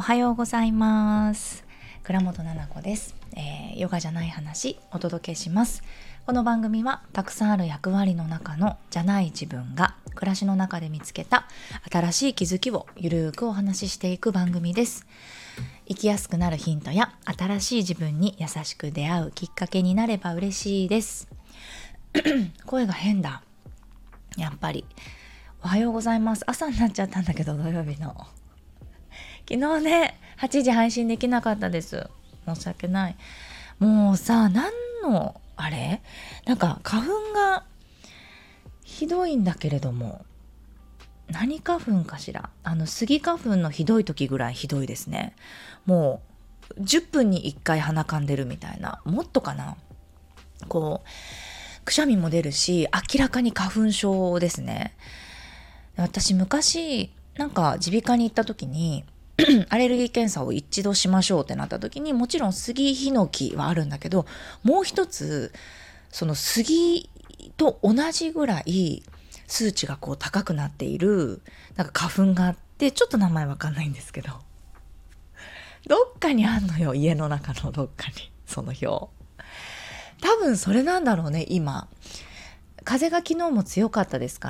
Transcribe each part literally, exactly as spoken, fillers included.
はようございます。倉本々子です、えー、ヨガじゃない話お届けします。この番組はたくさんある役割の中のじゃない自分が暮らしの中で見つけた新しい気づきをゆるーくお話ししていく番組です。生きやすくなるヒントや新しい自分に優しく出会うきっかけになれば嬉しいです。声が変だ。やっぱりおはようございます。朝になっちゃったんだけど、土曜日の昨日ねはちじ配信できなかったです。申し訳ない。もうさ、何のあれなんか花粉がひどいんだけれども、何花粉かしら。あのスギ花粉のひどい時ぐらいひどいですね。もうじゅっぷんにいっかい鼻かんでるみたいな、もっとかな。こうくしゃみも出るし、明らかに花粉症ですね。私昔なんか耳鼻科に行った時にアレルギー検査を一度しましょうってなった時に、もちろんスギヒノキはあるんだけど、もう一つそのスギと同じぐらい数値がこう高くなっているなんか花粉があって、ちょっと名前わかんないんですけど、どっかにあんのよ、家の中のどっかにその表。多分それなんだろうね。今風が昨日も強かったですから、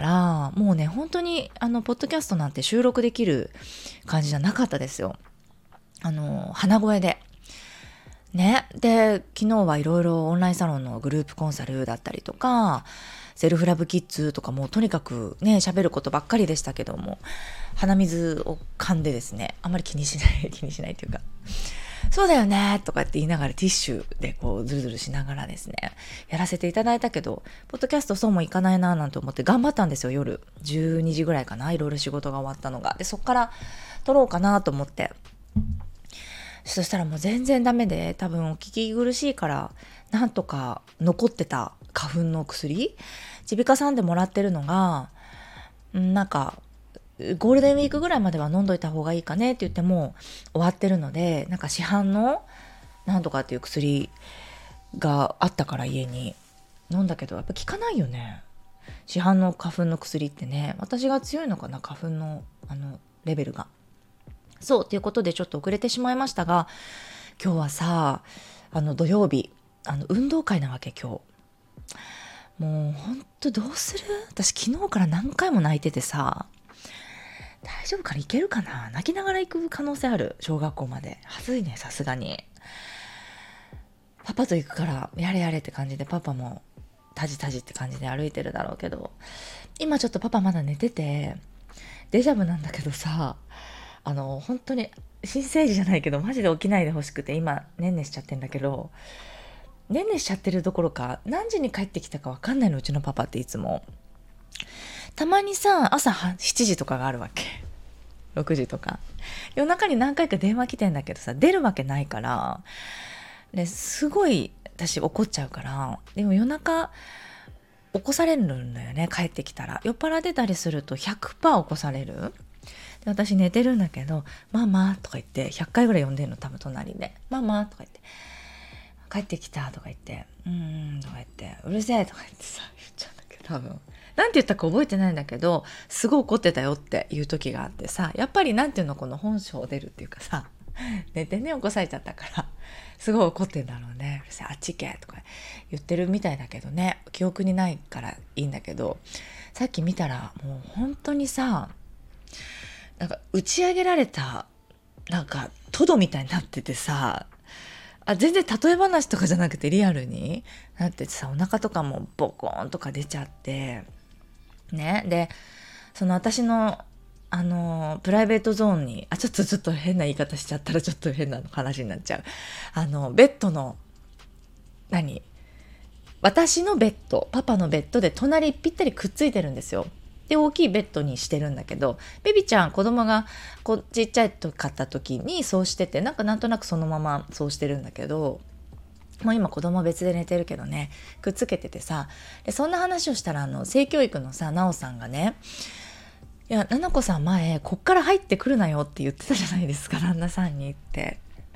もうね本当にあのポッドキャストなんて収録できる感じじゃなかったですよ。あの鼻声でね。で昨日はいろいろオンラインサロンのグループコンサルだったりとか、セルフラブキッズとか、もうとにかくね喋ることばっかりでしたけども、鼻水を噛んでですね、あんまり気にしない気にしないというか、そうだよねとかって言いながらティッシュでこうズルズルしながらですねやらせていただいたけど、ポッドキャストそうもいかないななんて思って頑張ったんですよ。夜じゅうにじぐらいかな、いろいろ仕事が終わったのが。でそっから撮ろうかなと思って、そしたらもう全然ダメで、多分お聞き苦しいからなんとか残ってた花粉の薬、耳鼻科さんでもらってるのがなんかゴールデンウィークぐらいまでは飲んどいた方がいいかねって言っても終わってるので、なんか市販のなんとかっていう薬があったから家に飲んだけど、やっぱ効かないよね、市販の花粉の薬ってね。私が強いのかな、花粉のあのレベルが。そうということでちょっと遅れてしまいましたが、今日はさ、あの土曜日、あの運動会なわけ今日。もうほんとどうする？私昨日から何回も泣いててさ、大丈夫かな、いけるかな、泣きながら行く可能性ある。小学校まではずいね、さすがに。パパと行くからやれやれって感じで、パパもタジタジって感じで歩いてるだろうけど、今ちょっとパパまだ寝ててデジャブなんだけどさ、あの本当に新生児じゃないけどマジで起きないでほしくて、今ねんねしちゃってんだけど、ねんねしちゃってるどころか何時に帰ってきたか分かんないの、うちのパパって。いつもたまにさ朝しちじとかがあるわけ、ろくじとか。夜中に何回か電話来てんだけどさ、出るわけないから、ですごい私怒っちゃうから。でも夜中起こされるんだよね、帰ってきたら。酔っ払ってたりすると ひゃくパーセント 起こされる。で私寝てるんだけど、ママとか言ってひゃっかいぐらい呼んでるの、多分隣で。ママとか言って、帰ってきたとか言って、うーんとか言って、うるせえとか言ってさ言っちゃうんだけど、多分なんて言ったか覚えてないんだけど、すごい怒ってたよっていう時があってさ、やっぱりなんていうの、この本性出るっていうかさ、寝てね起こされちゃったからすごい怒ってんだろうね。うるせえあっち行けとか言ってるみたいだけどね、記憶にないからいいんだけど、さっき見たらもう本当にさ、なんか打ち上げられたなんかトドみたいになっててさ、あ全然例え話とかじゃなくてリアルになっててさ、お腹とかもボコーンとか出ちゃってね。でその私のあのプライベートゾーンに、あちょっとちょっと変な言い方しちゃったらちょっと変な話になっちゃう。あのベッドの何私のベッド、パパのベッドで隣ぴったりくっついてるんですよ。で大きいベッドにしてるんだけど、ベビちゃん子供がこうちっちゃいかった時にそうしてて、なんかなんとなくそのままそうしてるんだけど、もう今子供別で寝てるけどね、くっつけててさ。でそんな話をしたら、あの性教育のさなおさんがね、いやななこさん前こっから入ってくるなよって言ってたじゃないですか、旦那さんにって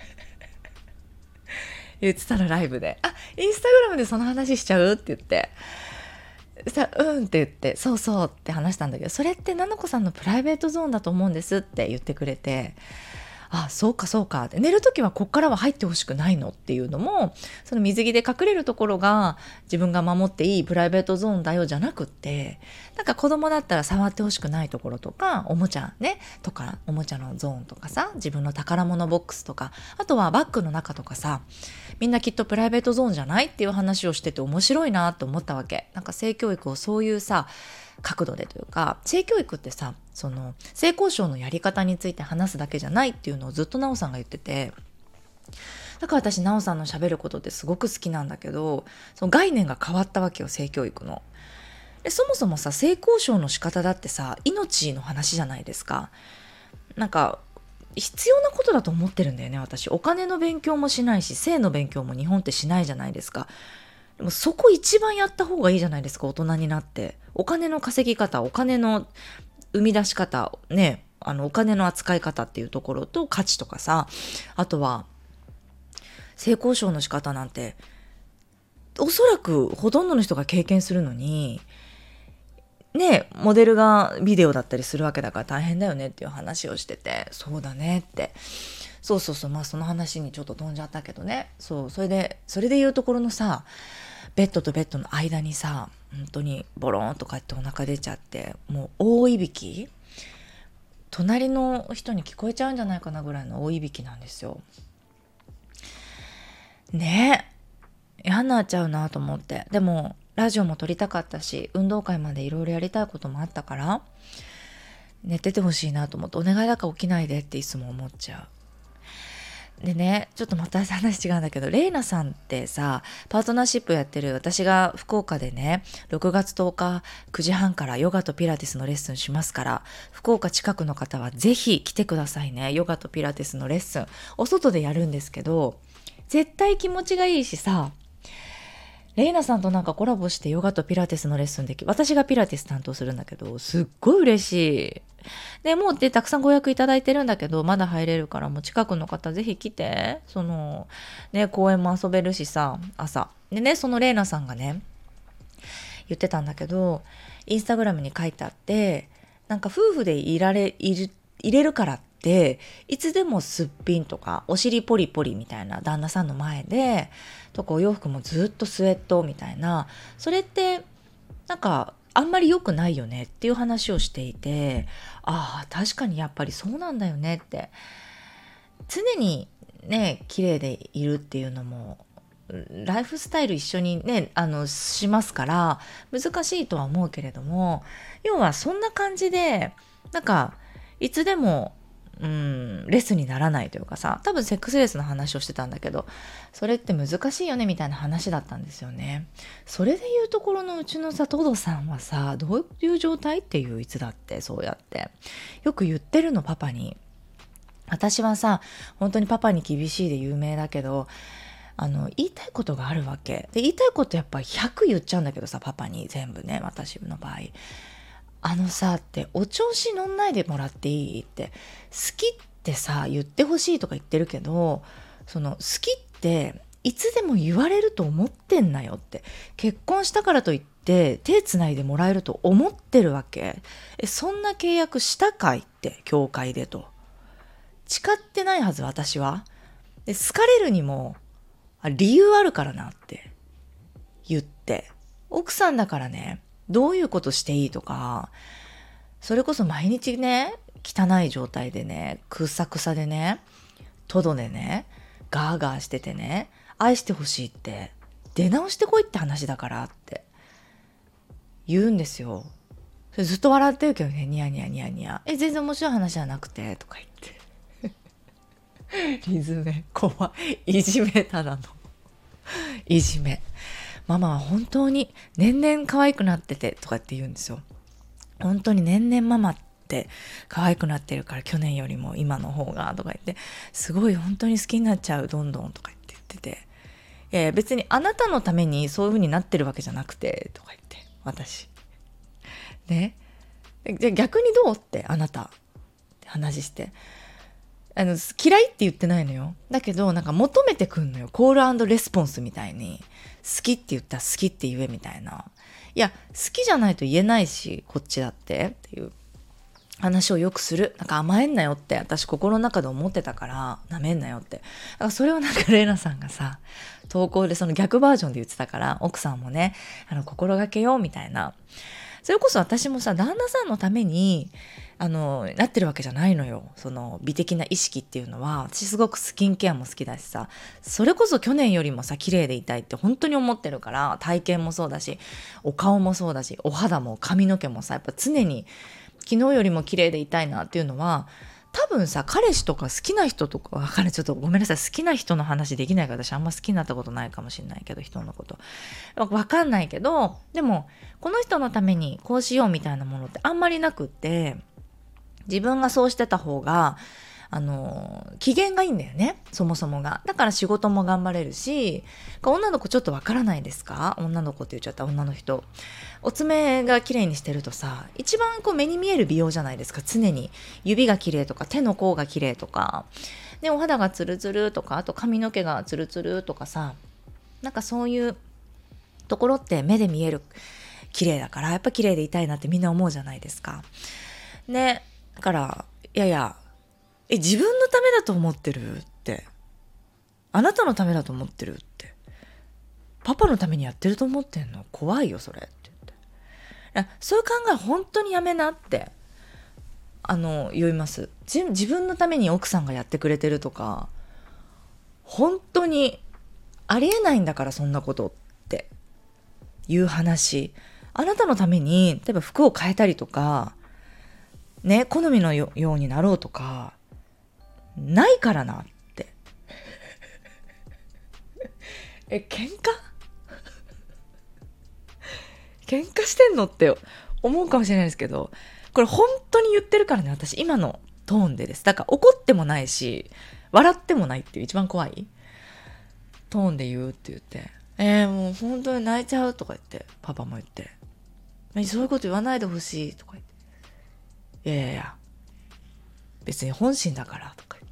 言ってたら、ライブで、あインスタグラムでその話しちゃうって言って、さうんって言って、そうそうって話したんだけど、それってななこさんのプライベートゾーンだと思うんですって言ってくれて、 あ、そうかそうか、寝るときはこっからは入ってほしくないのっていうのも、その水着で隠れるところが自分が守っていいプライベートゾーンだよじゃなくって、なんか子供だったら触ってほしくないところとか、おもちゃねとか、おもちゃのゾーンとかさ、自分の宝物ボックスとか、あとはバッグの中とかさ、みんなきっとプライベートゾーンじゃないっていう話をしてて面白いなと思ったわけ。なんか性教育をそういうさ角度でというか、性教育ってさ、その性交渉のやり方について話すだけじゃないっていうのをずっとなおさんが言ってて、だから私なおさんの喋ることってすごく好きなんだけど、その概念が変わったわけよ、性教育の。でそもそもさ、性交渉の仕方だってさ、命の話じゃないですか。なんか必要なことだと思ってるんだよね、私。お金の勉強もしないし、性の勉強も日本ってしないじゃないですか。でもそこ一番やった方がいいじゃないですか、大人になって。お金の稼ぎ方、お金の生み出し方、ね、あのお金の扱い方っていうところと価値とかさ、あとは性交渉の仕方なんておそらくほとんどの人が経験するのにね、モデルがビデオだったりするわけだから大変だよねっていう話をしてて、そうだねって、そうそうそう、まあその話にちょっと飛んじゃったけどね。そう、それでそれでいうところのさ、ベッドとベッドの間にさ、本当にボローンとかってお腹出ちゃって、もう大いびき、隣の人に聞こえちゃうんじゃないかなぐらいの大いびきなんですよ。ねえ、嫌になっちゃうなと思って。でもラジオも撮りたかったし、運動会までいろいろやりたいこともあったから、寝ててほしいなと思って、お願いだから起きないでっていつも思っちゃう。でね、ちょっとまた話違うんだけど、レイナさんってさ、パートナーシップやってる、私が福岡でね、ろくがつとおかくじはんからヨガとピラティスのレッスンしますから、福岡近くの方はぜひ来てくださいね。ヨガとピラティスのレッスン。お外でやるんですけど、絶対気持ちがいいしさ、レイナさんとなんかコラボしてヨガとピラティスのレッスンでき、私がピラティス担当するんだけど、すっごい嬉しい。で、もうでたくさんご予約いただいてるんだけど、まだ入れるから、もう近くの方ぜひ来て、その、ね、公園も遊べるしさ、朝。でね、そのレイナさんがね、言ってたんだけど、インスタグラムに書いてあって、なんか夫婦でいられ、いる、入れるからって、いつでもすっぴんとか、お尻ポリポリみたいな旦那さんの前で、とかお洋服もずっとスウェットみたいな、それって、なんか、あんまり良くないよねっていう話をしていて、ああ、確かにやっぱりそうなんだよねって。常にね、綺麗でいるっていうのも、ライフスタイル一緒にね、あの、しますから、難しいとは思うけれども、要はそんな感じで、なんか、いつでも、うん、レスにならないというかさ、多分セックスレスの話をしてたんだけど、それって難しいよねみたいな話だったんですよね。それでいうところのうちのさ、トドさんはさ、どういう状態っていう、いつだってそうやってよく言ってるの、パパに。私はさ、本当にパパに厳しいで有名だけど、あの言いたいことがあるわけで、言いたいことやっぱひゃく言っちゃうんだけどさ、パパに全部ね、私の場合。あのさってお調子乗んないでもらっていいって、好きってさ言ってほしいとか言ってるけど、その好きっていつでも言われると思ってんなよって。結婚したからといって手つないでもらえると思ってるわけ？え、そんな契約したかいって、教会でと。誓ってないはず、私は。で、好かれるにも理由あるからなって言って、奥さんだからね、どういうことしていいとか、それこそ毎日ね、汚い状態でね、くさくさでね、トドでね、ガーガーしててね、愛してほしいって出直してこいって話だからって言うんですよ。それずっと笑ってるけどね、ニヤニヤニヤニヤ、え、全然面白い話じゃなくてとか言ってリズメ怖い、いじめ、ただのいじめ。ママは本当に年々可愛くなっててとかって言うんですよ。本当に年々ママって可愛くなってるから、去年よりも今の方がとか言って、すごい本当に好きになっちゃう、どんどんとか言って言ってて、えー、別にあなたのためにそういう風になってるわけじゃなくてとか言って、私ね、じゃあ逆にどうって、あなたって話して、あの嫌いって言ってないのよ。だけどなんか求めてくんのよ。コール&レスポンスみたいに、好きって言ったら好きって言えみたいな。いや、好きじゃないと言えないし、こっちだってっていう。 話をよくする。なんか甘えんなよって私心の中で思ってたから、なめんなよって。だからそれをなんかレイナさんがさ、投稿でその逆バージョンで言ってたから、奥さんもね、あの心がけようみたいな。それこそ私もさ、旦那さんのためにあのなってるわけじゃないのよ。その美的な意識っていうのは、私すごくスキンケアも好きだしさ、それこそ去年よりもさ綺麗でいたいって本当に思ってるから、体型もそうだし、お顔もそうだし、お肌も髪の毛もさ、やっぱ常に昨日よりも綺麗でいたいなっていうのは、多分さ、彼氏とか好きな人とか、わかんない、ちょっとごめんなさい、好きな人の話できないから、私あんま好きになったことないかもしれないけど、人のことわかんないけど、でもこの人のためにこうしようみたいなものってあんまりなくって、自分がそうしてた方があの機嫌がいいんだよね、そもそもが。だから仕事も頑張れるし、女の子ちょっとわからないですか？女の子って言っちゃった、女の人。お爪が綺麗にしてるとさ、一番こう目に見える美容じゃないですか。常に指が綺麗とか、手の甲が綺麗とか、でお肌がツルツルとか、あと髪の毛がツルツルとかさ、なんかそういうところって目で見える綺麗だから、やっぱ綺麗でいたいなってみんな思うじゃないですか。ね、だからいやいや、え自分のためだと思ってるって、あなたのためだと思ってるって、パパのためにやってると思ってんの？怖いよそれって言って、いやそういう考え本当にやめなってあの言います。自, 自分のために奥さんがやってくれてるとか、本当にありえないんだから、そんなことっていう話。あなたのために例えば服を変えたりとかね、好みの よ, ようになろうとかないからなってえ喧嘩喧嘩してんのって思うかもしれないですけど、これ本当に言ってるからね、私今のトーンでです。だから怒ってもないし笑ってもないっていう一番怖いトーンで言うって言って、えー、もう本当に泣いちゃうとか言って、パパも言って、そういうこと言わないでほしいとか言って、いやいやいや別に本心だからとか言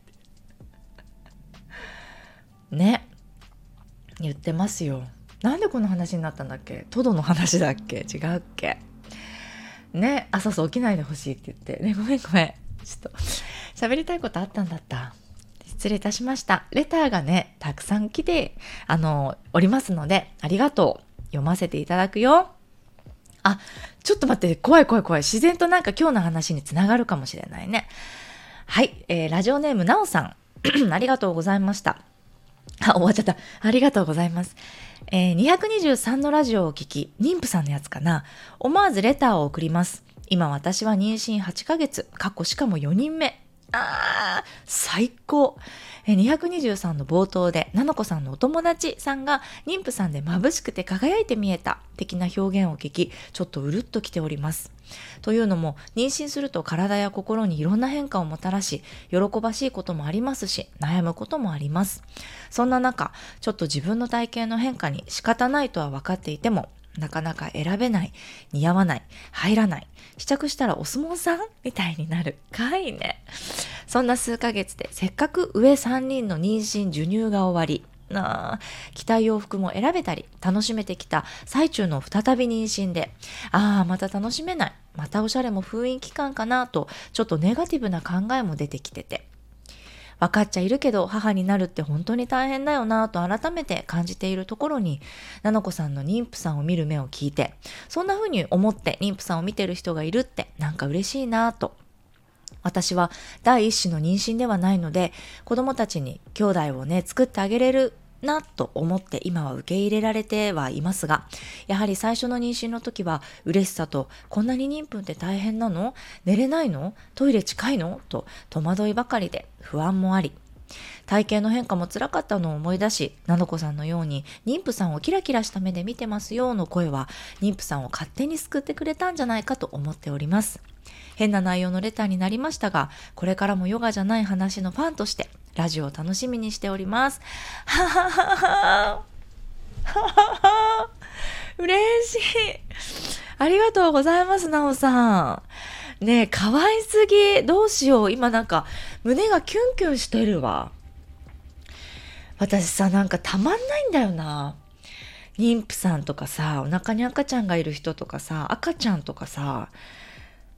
ってね、言ってますよ。なんでこの話になったんだっけ？トドの話だっけ？違うっけね。朝そう起きないでほしいって言ってね、ごめんごめん、ちょっと喋りたいことあったんだった。失礼いたしました。レターがねたくさん来てあのおりますので、ありがとう。読ませていただくよ。あ、ちょっと待って、怖い怖い怖い。自然となんか今日の話につながるかもしれないね。はい、えー、ラジオネームなおさんありがとうございました。あ、終わっちゃった。ありがとうございます。えー、にひゃくにじゅうさんのラジオを聞き、妊婦さんのやつかな。思わずレターを送ります。今私は妊娠はちかげつ、過去しかもよにんめ。あー、最高。にひゃくにじゅうさんの冒頭で、ななこさんのお友達さんが妊婦さんで眩しくて輝いて見えた的な表現を聞き、ちょっとうるっときております。というのも、妊娠すると体や心にいろんな変化をもたらし、喜ばしいこともありますし、悩むこともあります。そんな中、ちょっと自分の体型の変化に仕方ないとは分かっていても、なかなか選べない、似合わない、入らない、試着したらお相撲さんみたいになる。かいね。そんな数ヶ月でせっかく上さんにんの妊娠授乳が終わり、なあ着たい洋服も選べたり楽しめてきた最中の再び妊娠で、ああまた楽しめない、またおしゃれも封印期間かなと、ちょっとネガティブな考えも出てきてて、分かっちゃいるけど母になるって本当に大変だよなと改めて感じているところに、ななこさんの妊婦さんを見る目を聞いて、そんな風に思って妊婦さんを見てる人がいるってなんか嬉しいなと。私は第一子の妊娠ではないので、子供たちに兄弟をね作ってあげれるなと思って今は受け入れられてはいますが、やはり最初の妊娠の時は嬉しさと、こんなに妊婦って大変なの？寝れないの？トイレ近いの？と戸惑いばかりで不安もあり、体型の変化も辛かったのを思い出し、なのこさんのように妊婦さんをキラキラした目で見てますよの声は、妊婦さんを勝手に救ってくれたんじゃないかと思っております。変な内容のレターになりましたが、これからもヨガじゃない話のファンとしてラジオを楽しみにしております。はははははは嬉しい。ありがとうございます、なおさん。ねえ、可愛すぎ。どうしよう。今なんか胸がキュンキュンしてるわ。私さ、なんかたまんないんだよな。妊婦さんとかさ、お腹に赤ちゃんがいる人とかさ、赤ちゃんとかさ、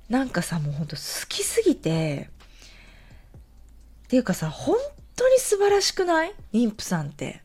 なんかさもうほんと好きすぎてっていうかさ、本当に素晴らしくない？妊婦さんって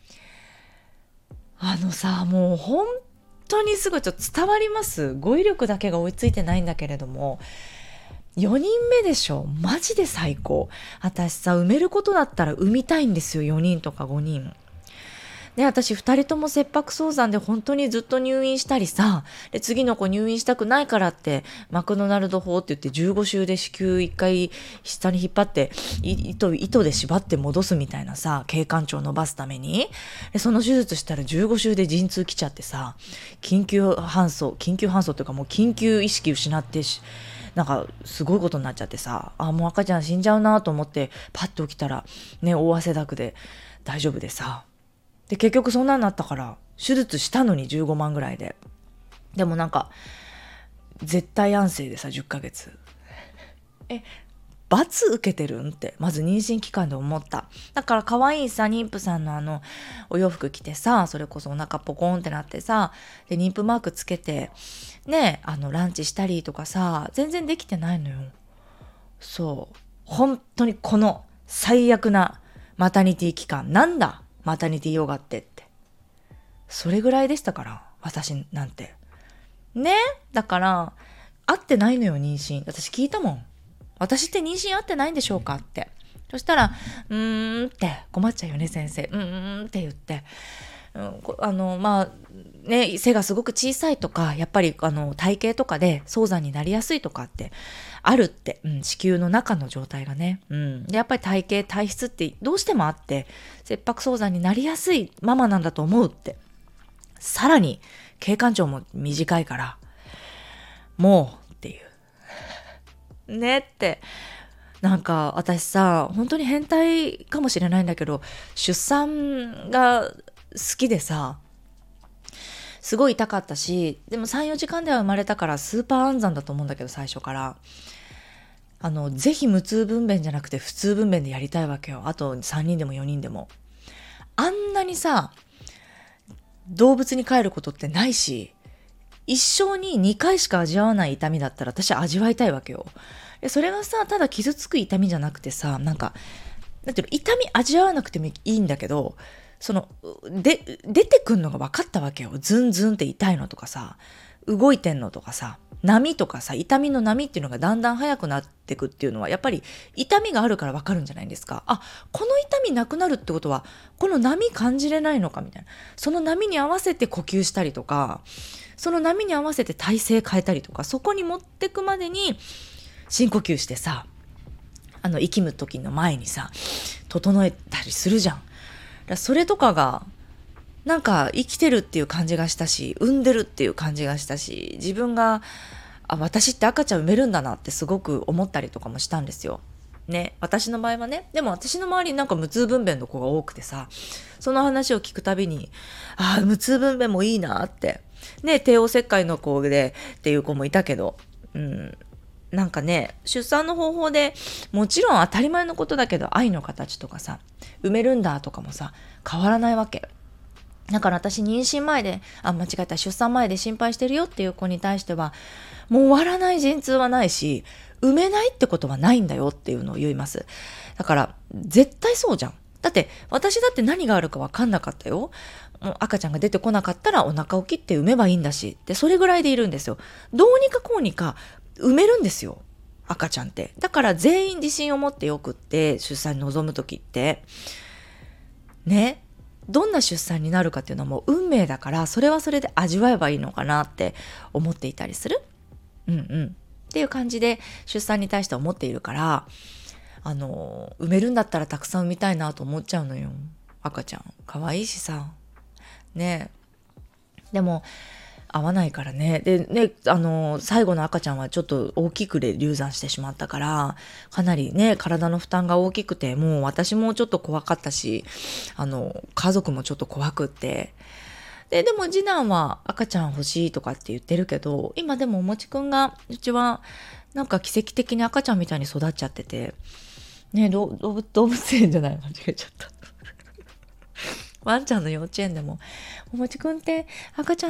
あのさ、もう本当にすごい。ちょっと伝わります？語彙力だけが追いついてないんだけれども、よにんめでしょ。マジで最高。私さ、産めることだったら産みたいんですよ。よにんとかごにん。で、私ふたりとも切迫早産で本当にずっと入院したりさ、で次の子入院したくないからってマクドナルド法って言ってじゅうご週で子宮いっかい下に引っ張って糸、糸で縛って戻すみたいなさ、経管長を伸ばすために。でその手術したらじゅうご週で陣痛来ちゃってさ、緊急搬送緊急搬送というかもう緊急意識失ってしなんかすごいことになっちゃってさ、あもう赤ちゃん死んじゃうなと思ってパッと起きたらね、大汗だくで大丈夫でさ、で結局そんなになったから手術したのにじゅうごまんぐらいで、でもなんか絶対安静でさじゅっかげつえ罰受けてるんってまず妊娠期間で思った。だから可愛いさ妊婦さんのあのお洋服着てさ、それこそお腹ポコンってなってさ、で妊婦マークつけてね、あのランチしたりとかさ、全然できてないのよ。そう本当にこの最悪なマタニティ期間、なんだマタニティヨガってって、それぐらいでしたから私なんてね。だから合ってないのよ妊娠。私聞いたもん、私って妊娠合ってないんでしょうかって。そしたらうーんって困っちゃうよね先生、うーんって言って、うん、あのまあね、背がすごく小さいとかやっぱりあの体型とかで早産になりやすいとかってあるって、うん、子宮の中の状態がね、うん、でやっぱり体型体質ってどうしてもあって切迫早産になりやすいママなんだと思うって。さらに経管長も短いからもうっていうねって。なんか私さ本当に変態かもしれないんだけど、出産が好きでさ、すごい痛かったし、でもさん、よじかんでは生まれたからスーパー安産だと思うんだけど、最初からあのぜひ無痛分娩じゃなくて普通分娩でやりたいわけよ。あとさんにんでもよにんでも。あんなにさ動物に帰ることってないし、一生ににかいしか味わわない痛みだったら私は味わいたいわけよ。でそれがさただ傷つく痛みじゃなくてさ、なんかなんていうの、痛み味わわなくてもいいんだけど、そので出てくんのが分かったわけよ。ズンズンって痛いのとかさ、動いてんのとかさ、波とかさ、痛みの波っていうのがだんだん速くなってくっていうのはやっぱり痛みがあるから分かるんじゃないですか。あ、この痛みなくなるってことはこの波感じれないのかみたいな。その波に合わせて呼吸したりとか、その波に合わせて体勢変えたりとか、そこに持ってくまでに深呼吸してさ、あの息む時の前にさ整えたりするじゃん。だそれとかがなんか生きてるっていう感じがしたし、産んでるっていう感じがしたし、自分があ私って赤ちゃん産めるんだなってすごく思ったりとかもしたんですよね。私の場合はね。でも私の周りになんか無痛分娩の子が多くてさ、その話を聞くたびにああ無痛分娩もいいなってね、帝王切開の子でっていう子もいたけど、うんなんかね、出産の方法でもちろん当たり前のことだけど愛の形とかさ、産めるんだとかもさ変わらないわけだから。私妊娠前であ間違えた出産前で心配してるよっていう子に対してはもう終わらない陣痛はないし、産めないってことはないんだよっていうのを言います。だから絶対そうじゃん。だって私だって何があるか分かんなかったよ。もう赤ちゃんが出てこなかったらお腹を切って産めばいいんだしで、それぐらいでいるんですよ。どうにかこうにか産めるんですよ赤ちゃんって。だから全員自信を持ってよくって、出産に臨む時ってね、どんな出産になるかっていうのはもう運命だから、それはそれで味わえばいいのかなって思っていたりする。うんうんっていう感じで出産に対して思っているから、あの産めるんだったらたくさん産みたいなと思っちゃうのよ。赤ちゃん可愛いしさね。でも合わないからね。でね、あの最後の赤ちゃんはちょっと大きくで流産してしまったから、かなりね体の負担が大きくて、もう私もちょっと怖かったし、あの家族もちょっと怖くって、ででも次男は赤ちゃん欲しいとかって言ってるけど、今でもおもちくんがうちはなんか奇跡的に赤ちゃんみたいに育っちゃっててね、動物動物園じゃない間違えちゃったワンちゃんの幼稚園でもおもちくんって赤ちゃん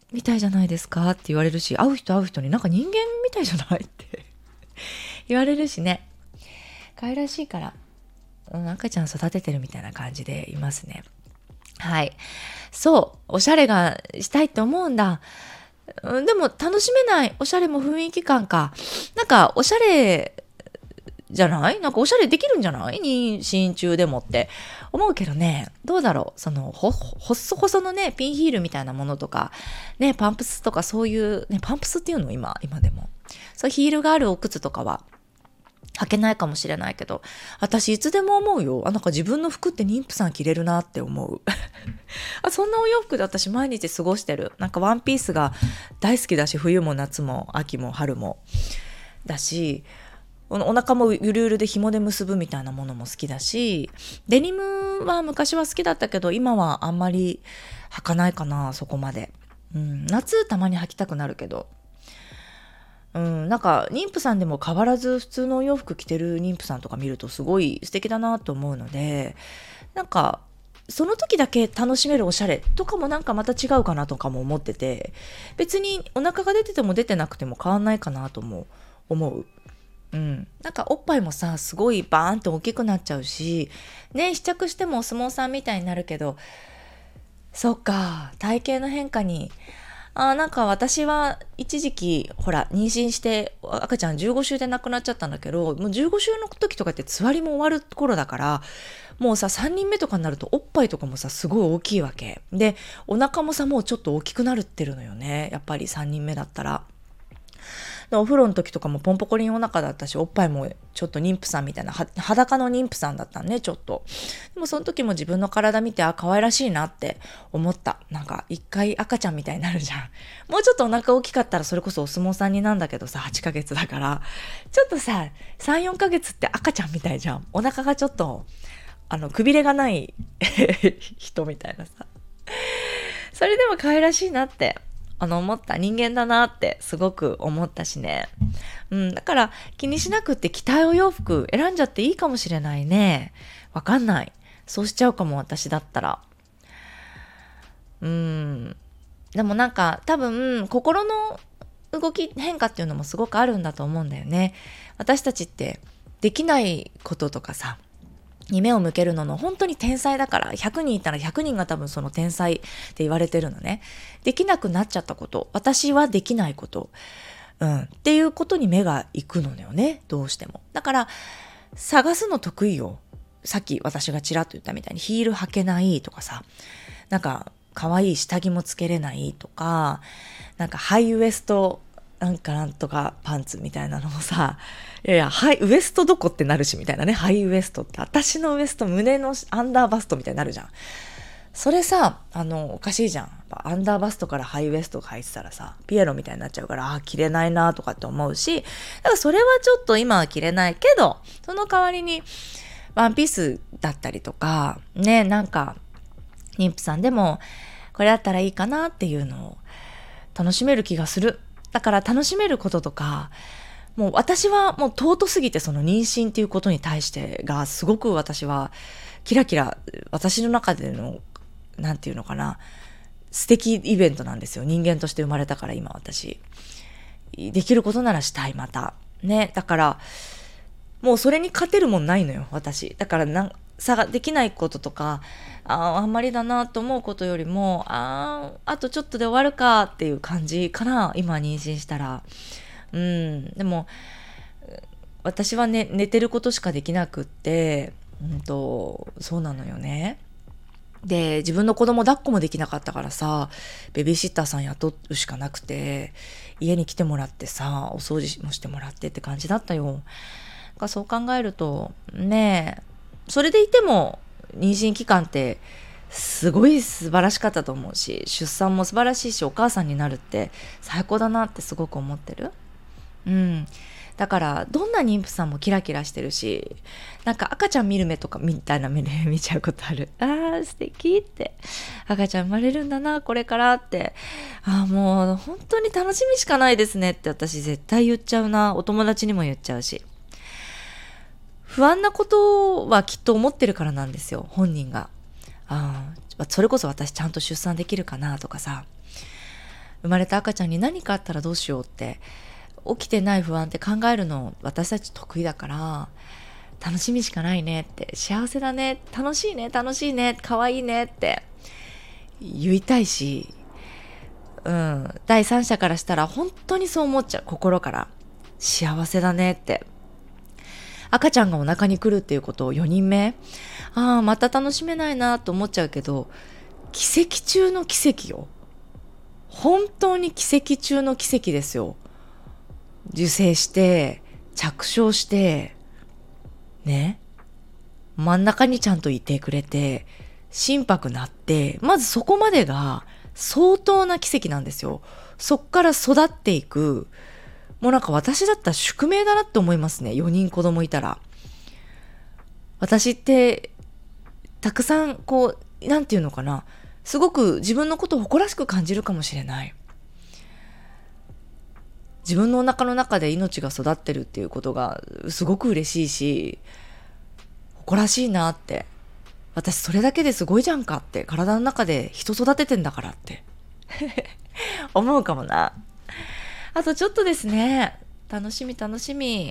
みたいじゃないですかって言われるし、会う人会う人になんか人間みたいじゃないって言われるしね。可愛らしいから、うん、赤ちゃん育ててるみたいな感じでいますね。はい。そう、おしゃれがしたいって思うんだ。うん、でも楽しめないおしゃれも雰囲気感か。なんかおしゃれじゃない？なんかおしゃれできるんじゃない？妊娠中でもって思うけどね。どうだろう。そのほ、ほっそ細のね、ピンヒールみたいなものとか、ね、パンプスとかそういう、ね、パンプスっていうの今、今でも。そうヒールがあるお靴とかは履けないかもしれないけど、私いつでも思うよ。あ、なんか自分の服って妊婦さん着れるなって思う。あ、そんなお洋服で私毎日過ごしてる。なんかワンピースが大好きだし、冬も夏も秋も春もだし、お腹もゆるゆるで紐で結ぶみたいなものも好きだし、デニムは昔は好きだったけど、今はあんまり履かないかな、そこまで。うん、夏たまに履きたくなるけど。うん、なんか妊婦さんでも変わらず普通のお洋服着てる妊婦さんとか見るとすごい素敵だなと思うので、なんかその時だけ楽しめるおしゃれとかもなんかまた違うかなとかも思ってて、別にお腹が出てても出てなくても変わんないかなとも思う。うん、なんかおっぱいもさすごいバーンと大きくなっちゃうしね、試着してもお相撲さんみたいになるけど、そっか、体型の変化にあ、なんか私は一時期ほら妊娠して赤ちゃんじゅうご週で亡くなっちゃったんだけど、もうじゅうご週の時とかってつわりも終わる頃だから、もうささんにんめとかになるとおっぱいとかもさすごい大きいわけで、お腹もさもうちょっと大きくなるってるのよね、やっぱりさんにんめだったら。でお風呂の時とかもポンポコリンお腹だったし、おっぱいもちょっと妊婦さんみたいな裸の妊婦さんだったね、ちょっと。でもその時も自分の体見て、あ、可愛らしいなって思った。なんか一回赤ちゃんみたいになるじゃん。もうちょっとお腹大きかったらそれこそお相撲さんになんだけどさ、はちかげつだからちょっとささん、よんかげつって赤ちゃんみたいじゃん。お腹がちょっとあのくびれがない人みたいなさ、それでも可愛らしいなってあの思った。人間だなってすごく思ったしね。うん、だから気にしなくって着たいお洋服選んじゃっていいかもしれないね。わかんない。そうしちゃうかも、私だったら。うん。でもなんか多分心の動き変化っていうのもすごくあるんだと思うんだよね。私たちってできないこととかさ、に目を向けるのの本当に天才だから、ひゃくにんいたらひゃくにんが多分その天才って言われてるのね。できなくなっちゃったこと、私はできないこと、うん、っていうことに目が行くのよね、どうしても。だから探すの得意よ。さっき私がちらっと言ったみたいにヒール履けないとかさ、なんか可愛い下着もつけれないとか、なんかハイウエストなんかなんとかパンツみたいなのもさ、いやいや、ハイウエストどこってなるしみたいなね。ハイウエストって私のウエスト胸のアンダーバストみたいになるじゃん。それさ、あのおかしいじゃん。アンダーバストからハイウエストが入ってたらさ、ピエロみたいになっちゃうから、あ、着れないなとかって思うし、だからそれはちょっと今は着れないけど、その代わりにワンピースだったりとかね、なんか妊婦さんでもこれだったらいいかなっていうのを楽しめる気がする。だから楽しめることとか、もう私はもう尊すぎて、その妊娠っていうことに対してがすごく私はキラキラ、私の中でのなんていうのかな、素敵イベントなんですよ。人間として生まれたから今私できることならしたい、またね。だからもうそれに勝てるもんないのよ、私。だからなん差ができないこととか、ああんまりだなと思うことよりも、あああとちょっとで終わるかっていう感じかな、今妊娠したら。うん、でも私はね、寝てることしかできなくって、うんとそうなのよね。で自分の子供抱っこもできなかったからさ、ベビーシッターさん雇うしかなくて、家に来てもらってさ、お掃除もしてもらってって感じだったよ。かそう考えるとね、それでいても妊娠期間ってすごい素晴らしかったと思うし、出産も素晴らしいし、お母さんになるって最高だなってすごく思ってる。うん、だからどんな妊婦さんもキラキラしてるし、なんか赤ちゃん見る目とかみたいな目で見ちゃうことある。あー素敵って、赤ちゃん生まれるんだなこれからって、あーもう本当に楽しみしかないですねって私絶対言っちゃうな。お友達にも言っちゃうし、不安なことはきっと思ってるからなんですよ、本人が。あ、それこそ私ちゃんと出産できるかなとかさ、 生まれた赤ちゃんに何かあったらどうしようって、起きてない不安って考えるの私たち得意だから、楽しみしかないねって、幸せだね、楽しいね、楽しいね、可愛いねって言いたいし、うん、第三者からしたら本当にそう思っちゃう。心から幸せだねって。赤ちゃんがお腹に来るっていうことをよにんめ、ああまた楽しめないなと思っちゃうけど、奇跡中の奇跡よ。本当に奇跡中の奇跡ですよ。受精して着床してね、真ん中にちゃんといてくれて、心拍なって、まずそこまでが相当な奇跡なんですよ。そっから育っていく、もうなんか私だったら宿命だなって思いますね。よにん子供いたら。私ってたくさんこう、なんていうのかな、すごく自分のことを誇らしく感じるかもしれない。自分のお腹の中で命が育ってるっていうことがすごく嬉しいし、誇らしいなって。私それだけですごいじゃんかって、体の中で人育ててんだからって思うかもな。あとちょっとですね。楽しみ楽しみ。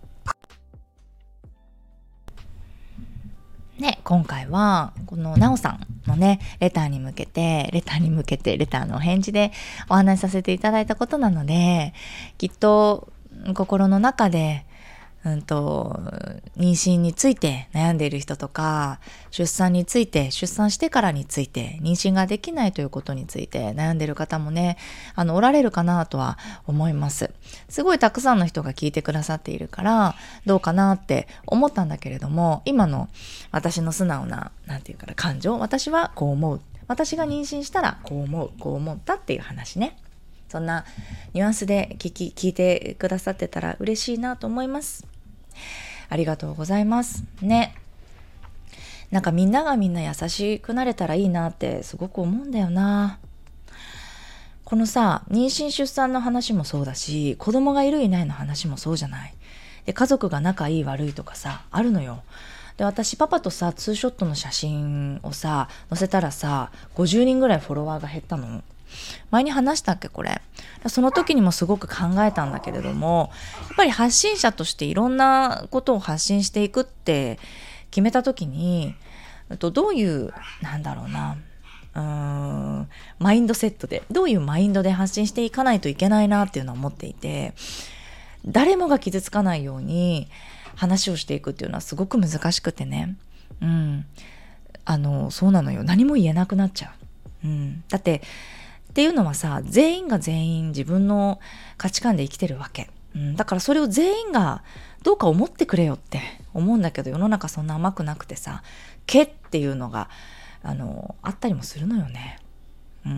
ね、今回はこのなおさんのねレターに向けてレターに向けてレターの返事でお話しさせていただいたことなので、きっと心の中でうんと妊娠について悩んでいる人とか、出産について、出産してからについて、妊娠ができないということについて悩んでいる方もね、あのおられるかなとは思います。すごいたくさんの人が聞いてくださっているからどうかなって思ったんだけれども、今の私の素直ななんていうかな感情、私はこう思う、私が妊娠したらこう思う、こう思ったっていう話ね。そんなニュアンスで聞き聞いてくださってたら嬉しいなと思います。ありがとうございますね。なんかみんながみんな優しくなれたらいいなってすごく思うんだよな。このさ、妊娠出産の話もそうだし、子供がいるいないの話もそうじゃない。で、家族が仲いい悪いとかさ、あるのよ。で、私パパとさツーショットの写真をさ載せたらさ、ごじゅうにんぐらいフォロワーが減ったの。前に話したっけこれ。その時にもすごく考えたんだけれども、やっぱり発信者としていろんなことを発信していくって決めた時に、どういうなんだろうなうーんマインドセットで、どういうマインドで発信していかないといけないなっていうのを思っていて、誰もが傷つかないように話をしていくっていうのはすごく難しくてね。うん。あの、そうなのよ。何も言えなくなっちゃう。うん。だって、っていうのはさ、全員が全員自分の価値観で生きてるわけ。うん。だからそれを全員がどうか思ってくれよって思うんだけど、世の中そんな甘くなくてさ、毛っていうのが、あの、あったりもするのよね。うん。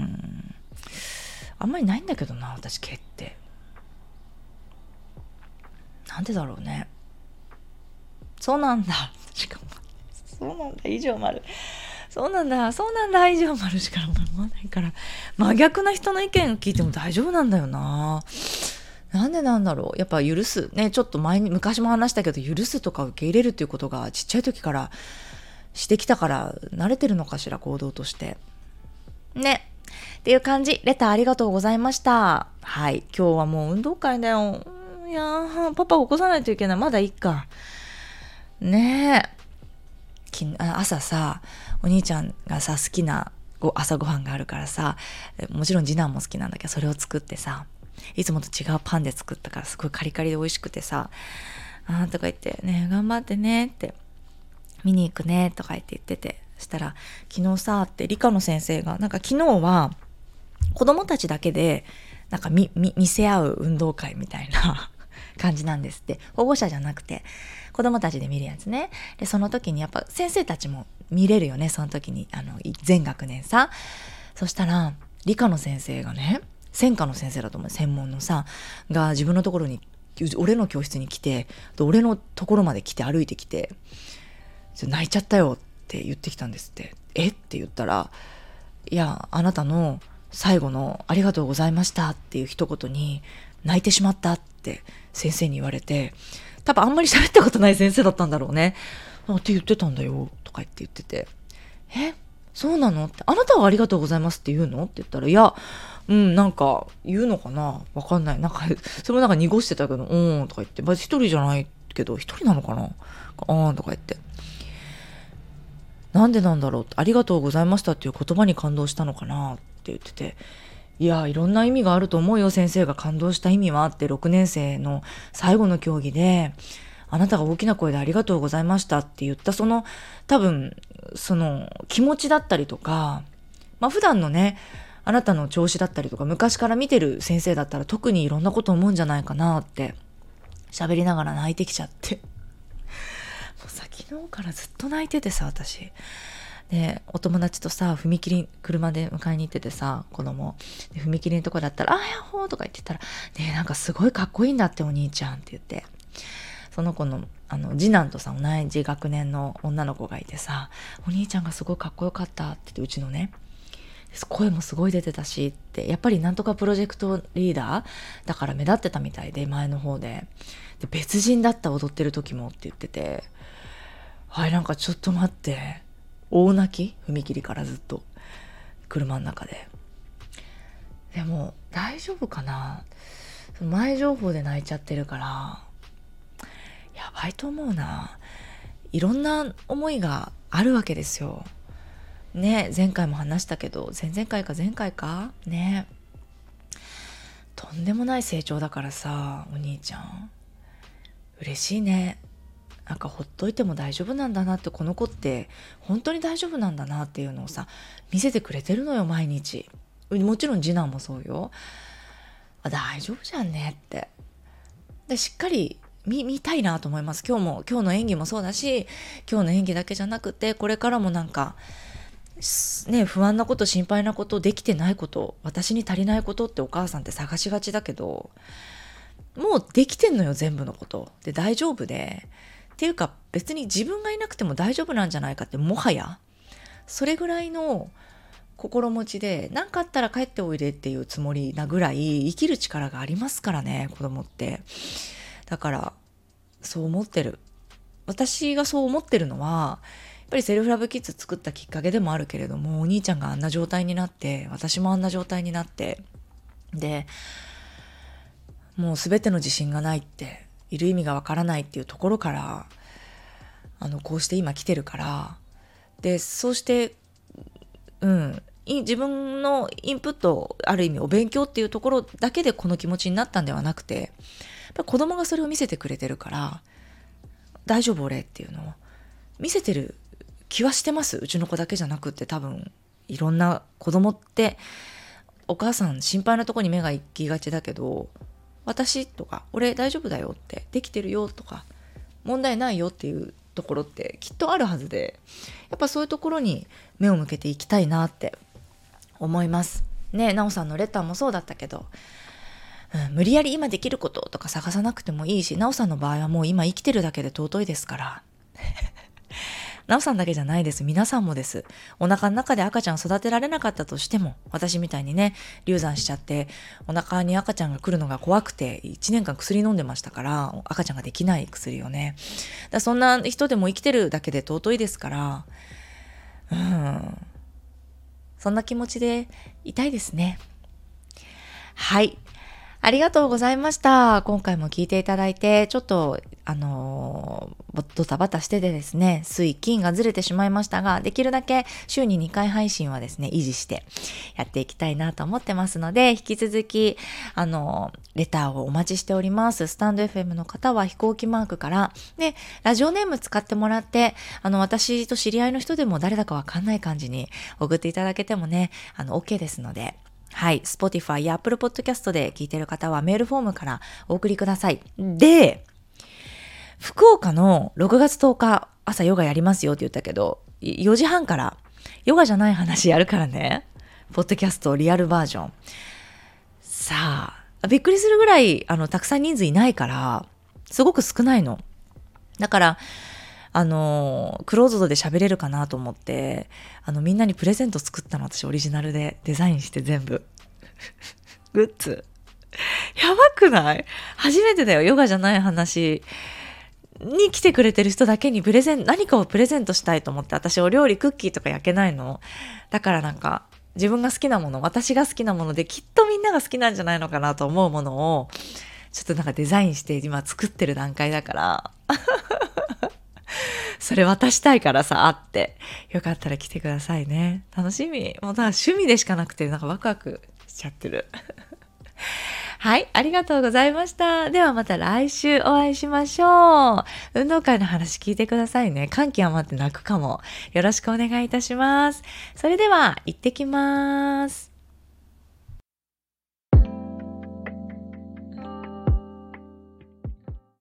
あんまりないんだけどな、私毛って。なんでだろうね。そうなんだ。しかも、そうなんだ、以上丸。そうなんだ、そうなんだ、以上丸しか思わないから、真逆な人の意見聞いても大丈夫なんだよな。なんでなんだろう。やっぱ許す。ね、ちょっと前に、昔も話したけど、許すとか受け入れるっていうことがちっちゃい時からしてきたから慣れてるのかしら、行動として。ね。っていう感じ。レターありがとうございました。はい。今日はもう運動会だよ。いやー、パパ起こさないといけない。まだいいか。ねえ。朝さ、お兄ちゃんがさ、好きなご朝ごはんがあるからさ、もちろん次男も好きなんだけど、それを作ってさ、いつもと違うパンで作ったからすごいカリカリで美味しくてさ、あーとか言って、ね頑張ってねって、見に行くねとか言って言ってて、そしたら昨日さって理科の先生が、なんか昨日は子供たちだけでなんか見、見、見せ合う運動会みたいな感じなんですって。保護者じゃなくて子供たちで見るやつね。でその時にやっぱ先生たちも見れるよね、その時に。あの全学年さ。そしたら理科の先生がね、専科の先生だと思う、専門のさが自分のところに、俺の教室に来て、俺のところまで来て歩いてきて、泣いちゃったよって言ってきたんですって。えって言ったら、いやあなたの最後のありがとうございましたっていう一言に泣いてしまったって先生に言われて、多分あんまり喋ったことない先生だったんだろうね。って言ってたんだよとか言って言ってて、えそうなのって、あなたはありがとうございますって言うのって言ったら、いやうんなんか言うのかなわかんない。なんかそれもなんか濁してたけどうんとか言って、まあ、一人じゃないけど一人なのかなあーんとか言って、なんでなんだろう、ありがとうございましたっていう言葉に感動したのかなって言ってて、いやいろんな意味があると思うよ、先生が感動した意味はって、ろくねん生の最後の競技であなたが大きな声でありがとうございましたって言ったその多分その気持ちだったりとか、まあ普段のねあなたの調子だったりとか昔から見てる先生だったら特にいろんなこと思うんじゃないかなって喋りながら泣いてきちゃってもうさ昨日からずっと泣いててさ、私でお友達とさ踏切車で迎えに行っててさ、子供で踏切のとこだったらあーやっほーとか言ってたらねえなんかすごいかっこいいんだってお兄ちゃんって言って、その子のあの次男とさ同じ学年の女の子がいてさ、お兄ちゃんがすごいかっこよかったって言って、うちのね声もすごい出てたしって、やっぱりなんとかプロジェクトリーダーだから目立ってたみたいで、前の方でで別人だった踊ってる時もって言ってて、はいなんかちょっと待って、大泣き、踏切からずっと車の中で。でも大丈夫かな、前情報で泣いちゃってるからやばいと思うな。いろんな思いがあるわけですよね。前回も話したけど、前々回か前回かね、とんでもない成長だからさ、お兄ちゃん嬉しいね。なんかほっといても大丈夫なんだなって、この子って本当に大丈夫なんだなっていうのをさ見せてくれてるのよ毎日。もちろん次男もそうよ。あ大丈夫じゃんねって、でしっかり 見, 見たいなと思います。今日も今日の演技もそうだし、今日の演技だけじゃなくてこれからもなんかね、不安なこと心配なことできてないこと、私に足りないことってお母さんって探しがちだけど、もうできてんのよ全部のことで、大丈夫でっていうか別に自分がいなくても大丈夫なんじゃないかって、もはやそれぐらいの心持ちで、何かあったら帰っておいでっていうつもりなぐらい生きる力がありますからね、子供って。だからそう思ってる。私がそう思ってるのはやっぱりセルフラブキッズ作ったきっかけでもあるけれども、お兄ちゃんがあんな状態になって私もあんな状態になって、でもう全ての自信がないって、いる意味がわからないっていうところからあのこうして今来てるから、でそうしてうん自分のインプット、ある意味お勉強っていうところだけでこの気持ちになったんではなくて、やっぱ子供がそれを見せてくれてるから大丈夫俺っていうのを見せてる気はしてます。うちの子だけじゃなくって、多分いろんな子供ってお母さん心配なとこに目が行きがちだけど、私とか俺大丈夫だよって、できてるよとか問題ないよっていうところってきっとあるはずで、やっぱそういうところに目を向けていきたいなって思いますね。なおさんのレターもそうだったけど、うん、無理やり今できることとか探さなくてもいいし、なおさんの場合はもう今生きてるだけで尊いですからなおさんだけじゃないです。皆さんもです。お腹の中で赤ちゃん育てられなかったとしても、私みたいにね、流産しちゃって、お腹に赤ちゃんが来るのが怖くて、いちねんかん薬飲んでましたから、赤ちゃんができない薬をね。だそんな人でも生きてるだけで尊いですから、うん。そんな気持ちでいたいですね。はい。ありがとうございました。今回も聞いていただいて、ちょっと、あのー、ドタバタしててですね、水金がずれてしまいましたが、できるだけ週ににかい配信はですね、維持してやっていきたいなと思ってますので、引き続き、あのー、レターをお待ちしております。スタンド エフエム の方は飛行機マークから、で、ラジオネーム使ってもらって、あの、私と知り合いの人でも誰だかわかんない感じに送っていただけてもね、あの、OK ですので、はい、Spotify や Apple Podcast で聞いてる方はメールフォームからお送りください。で、福岡のろくがつとおか朝ヨガやりますよって言ったけど、よじはんからヨガじゃない話やるからね。ポッドキャストリアルバージョン。さあ、びっくりするぐらいあのたくさん人数いないから、すごく少ないの。だから、あのクローズドで喋れるかなと思って、あのみんなにプレゼント作ったの、私オリジナルでデザインして全部グッズやばくない？初めてだよ。ヨガじゃない話に来てくれてる人だけにプレゼン何かをプレゼントしたいと思って、私お料理クッキーとか焼けないのだから、なんか自分が好きなもの、私が好きなもので、きっとみんなが好きなんじゃないのかなと思うものを、ちょっとなんかデザインして今作ってる段階だから、それ渡したいからさ、あって。よかったら来てくださいね。楽しみ。もうだから趣味でしかなくて、なんかワクワクしちゃってる。はい、ありがとうございました。ではまた来週お会いしましょう。運動会の話聞いてくださいね。感極まって泣くかも。よろしくお願いいたします。それでは、行ってきます。